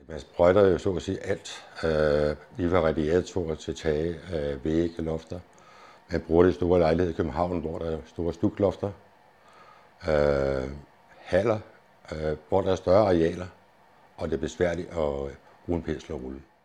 Man sprøjter jo så at sige alt, lige fra radiatorer til tage, vægge, lofter. Man bruger det i store lejligheder i København, hvor der er store stuklofter, haller, hvor der er større arealer, og det er besværligt at bruge en pensel og rulle.